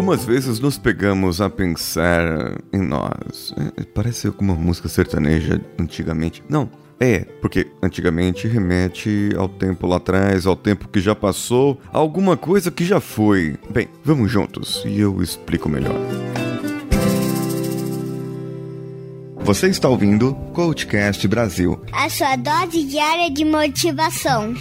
Algumas vezes nos pegamos a pensar em nós. Parece alguma música sertaneja antigamente. Não, porque antigamente remete ao tempo lá atrás, ao tempo que já passou, a alguma coisa que já foi. Bem, vamos juntos e eu explico melhor. Você está ouvindo Coachcast Brasil, a sua dose diária de motivação.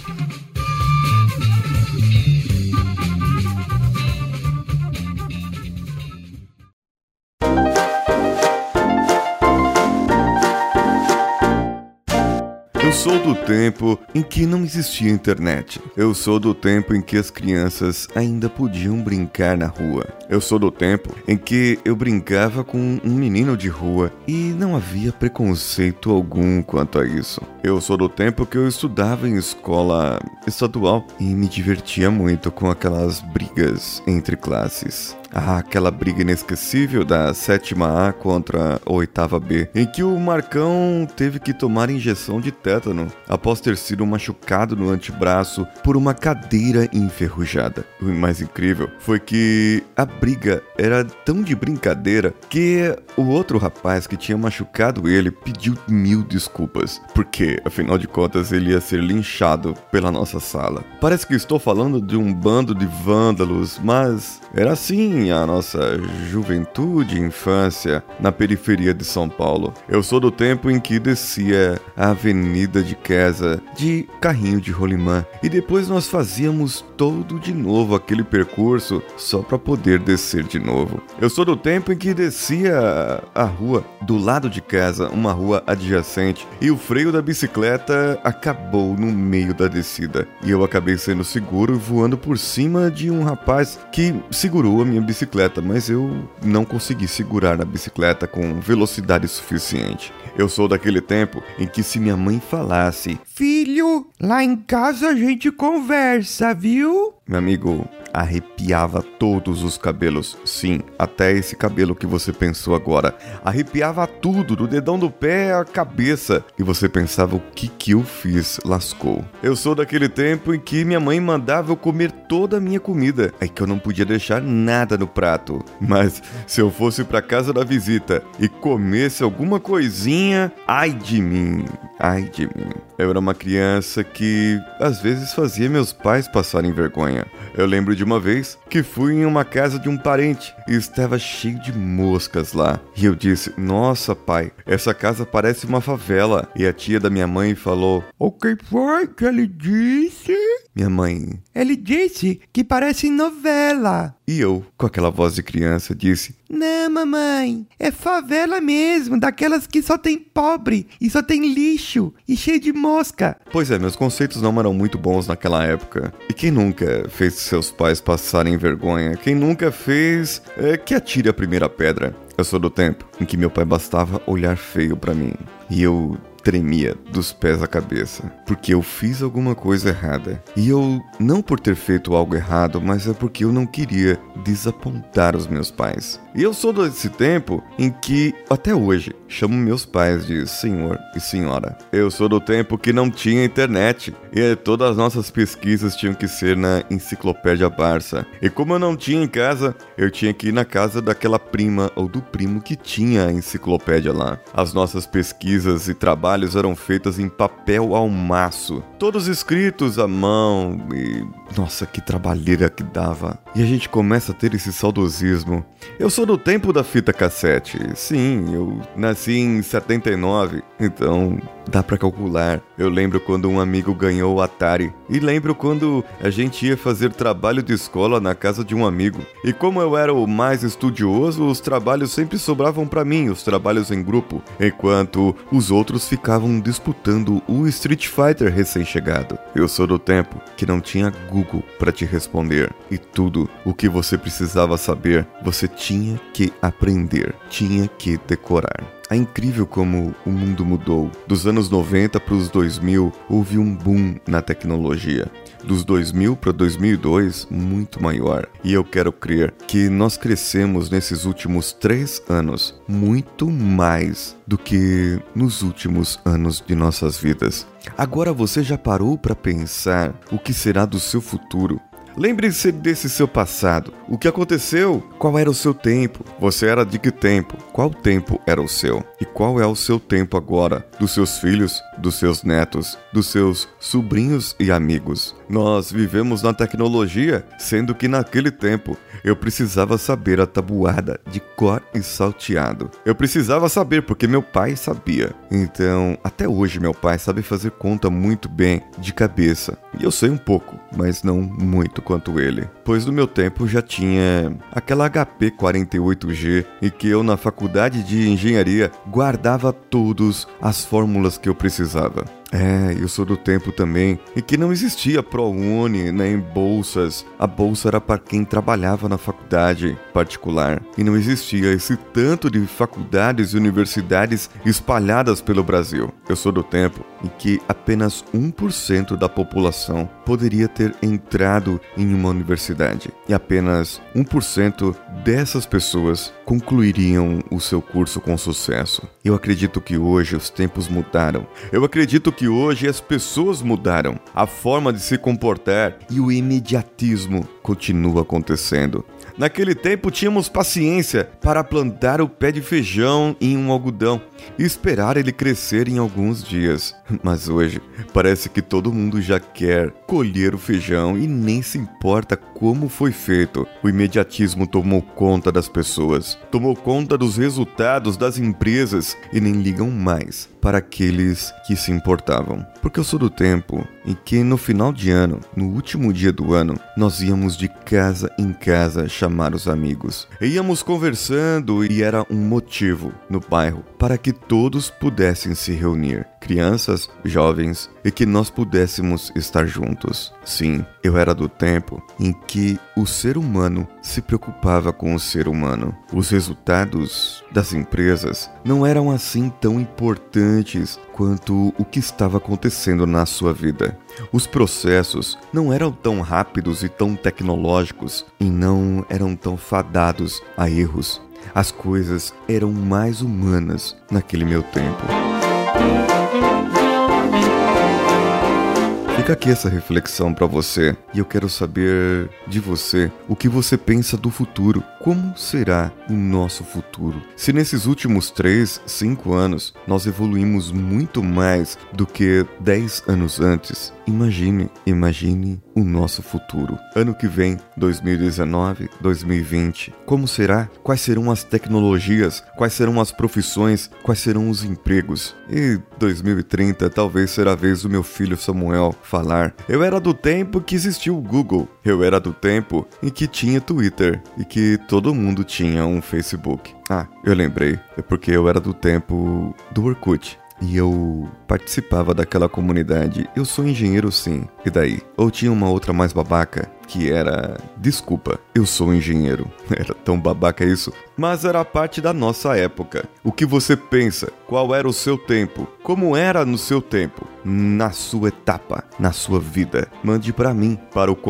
Eu sou do tempo em que não existia internet. Eu sou do tempo em que as crianças ainda podiam brincar na rua. Eu sou do tempo em que eu brincava com um menino de rua e não havia preconceito algum quanto a isso. Eu sou do tempo que eu estudava em escola estadual e me divertia muito com aquelas brigas entre classes. Aquela briga inesquecível da 7ª A contra a 8ª B, em que o Marcão teve que tomar injeção de tétano após ter sido machucado no antebraço por uma cadeira enferrujada. O mais incrível foi que a briga era tão de brincadeira que o outro rapaz que tinha machucado ele pediu 1000 desculpas, porque, afinal de contas, ele ia ser linchado pela nossa sala. Parece que estou falando de um bando de vândalos, mas era assim a nossa juventude e infância na periferia de São Paulo. Eu sou do tempo em que descia a avenida de casa de carrinho de rolimã e depois nós fazíamos todo de novo aquele percurso só para poder descer de novo. Eu sou do tempo em que descia a rua do lado de casa, uma rua adjacente, e o freio da bicicleta acabou no meio da descida e eu acabei sendo seguro voando por cima de um rapaz que segurou a minha bicicleta, mas eu não consegui segurar a bicicleta com velocidade suficiente. Eu sou daquele tempo em que se minha mãe falasse: "Filho, lá em casa a gente conversa, viu?" Meu amigo, arrepiava todos os cabelos. Sim, até esse cabelo que você pensou agora. Arrepiava tudo, do dedão do pé à cabeça. E você pensava, o que eu fiz? Lascou. Eu sou daquele tempo em que minha mãe mandava eu comer toda a minha comida. É que eu não podia deixar nada no prato. Mas se eu fosse pra casa da visita e comesse alguma coisinha, ai de mim. Ai de mim. Eu era uma criança que às vezes fazia meus pais passarem vergonha. Eu lembro de uma vez que fui em uma casa de um parente e estava cheio de moscas lá. E eu disse: "Nossa, pai, essa casa parece uma favela." E a tia da minha mãe falou: "O que foi que ele disse?" Minha mãe: "Ele disse que parece novela." E eu, com aquela voz de criança, disse: "Não, mamãe, é favela mesmo, daquelas que só tem pobre e só tem lixo e cheio de mosca." Pois é, meus conceitos não eram muito bons naquela época. E quem nunca fez seus pais passarem vergonha? Quem nunca fez que atire a primeira pedra? Eu sou do tempo em que meu pai bastava olhar feio pra mim e eu tremia dos pés à cabeça, porque eu fiz alguma coisa errada. E eu, não por ter feito algo errado, mas é porque eu não queria desapontar os meus pais. E eu sou desse tempo em que, até hoje, chamo meus pais de senhor e senhora. Eu sou do tempo que não tinha internet, e todas as nossas pesquisas tinham que ser na Enciclopédia Barça. E como eu não tinha em casa, eu tinha que ir na casa daquela prima ou do primo que tinha a enciclopédia lá. As nossas pesquisas e trabalhos eram feitas em papel ao maço, todos escritos à mão e... nossa, que trabalheira que dava. E a gente começa a ter esse saudosismo. Eu sou do tempo da fita cassete. Sim, eu nasci em 79, então dá pra calcular. Eu lembro quando um amigo ganhou o Atari. E lembro quando a gente ia fazer trabalho de escola na casa de um amigo. E como eu era o mais estudioso, os trabalhos sempre sobravam pra mim, os trabalhos em grupo, enquanto os outros ficavam disputando o Street Fighter recém-chegado. Eu sou do tempo que não tinha Google pra te responder. E tudo o que você precisava saber, você tinha que aprender, tinha que decorar. É incrível como o mundo mudou. Dos anos 90 para os 2000, houve um boom na tecnologia. Dos 2000 para 2002, muito maior. E eu quero crer que nós crescemos nesses últimos 3 anos muito mais do que nos últimos anos de nossas vidas. Agora você já parou para pensar o que será do seu futuro? Lembre-se desse seu passado. O que aconteceu? Qual era o seu tempo? Você era de que tempo? Qual tempo era o seu? E qual é o seu tempo agora? Dos seus filhos, dos seus netos, dos seus sobrinhos e amigos. Nós vivemos na tecnologia, sendo que naquele tempo eu precisava saber a tabuada de cor e salteado. Eu precisava saber porque meu pai sabia. Então, até hoje meu pai sabe fazer conta muito bem de cabeça. E eu sei um pouco, mas não muito quanto ele. Pois no meu tempo já tinha aquela HP 48G e que eu na faculdade de engenharia guardava todas as fórmulas que eu precisava. Eu sou do tempo também em que não existia ProUni nem bolsas. A bolsa era para quem trabalhava na faculdade particular. E não existia esse tanto de faculdades e universidades espalhadas pelo Brasil. Eu sou do tempo em que apenas 1% da população poderia ter entrado em uma universidade. E apenas 1% dessas pessoas concluiriam o seu curso com sucesso. Eu acredito que hoje os tempos mudaram. Eu acredito que hoje as pessoas mudaram. A forma de se comportar e o imediatismo continua acontecendo. Naquele tempo tínhamos paciência para plantar o pé de feijão em um algodão e esperar ele crescer em alguns dias. Mas hoje parece que todo mundo já quer colher o feijão e nem se importa como foi feito. O imediatismo tomou conta das pessoas, tomou conta dos resultados das empresas e nem ligam mais para aqueles que se importavam. Porque eu sou do tempo em que no final de ano, no último dia do ano, nós íamos de casa em casa chamar os amigos. E íamos conversando e era um motivo no bairro para que todos pudessem se reunir. Crianças, jovens, e que nós pudéssemos estar juntos. Sim, eu era do tempo em que o ser humano se preocupava com o ser humano. Os resultados das empresas não eram assim tão importantes quanto o que estava acontecendo na sua vida. Os processos não eram tão rápidos e tão tecnológicos e não eram tão fadados a erros. As coisas eram mais humanas naquele meu tempo. Fica aqui essa reflexão para você e eu quero saber de você o que você pensa do futuro. Como será o nosso futuro? Se nesses últimos 3, 5 anos nós evoluímos muito mais do que 10 anos antes, imagine o nosso futuro. Ano que vem, 2019, 2020, como será? Quais serão as tecnologias? Quais serão as profissões? Quais serão os empregos? E 2030 talvez será a vez do meu filho Samuel falar: eu era do tempo que existiu o Google, eu era do tempo em que tinha Twitter e que todo mundo tinha um Facebook. Eu lembrei, é porque eu era do tempo do Orkut. E eu participava daquela comunidade. Eu sou engenheiro sim. E daí? Ou tinha uma outra mais babaca que era: desculpa, eu sou engenheiro. Era tão babaca isso, mas era parte da nossa época. O que você pensa? Qual era o seu tempo? Como era no seu tempo? Na sua etapa, na sua vida? Mande para mim, para o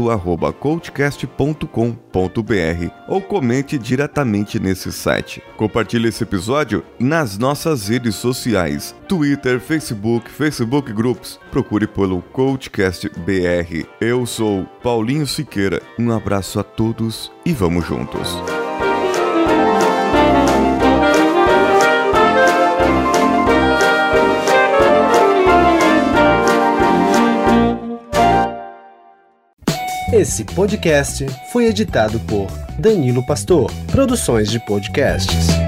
contato@coachcast.com.br ou comente diretamente nesse site. Compartilhe esse episódio nas nossas redes sociais: Twitter, Facebook Groups. Procure pelo Coachcast BR. Eu sou Paulinho Siqueira. Um abraço a todos e vamos juntos. Esse podcast foi editado por Danilo Pastor, Produções de Podcasts.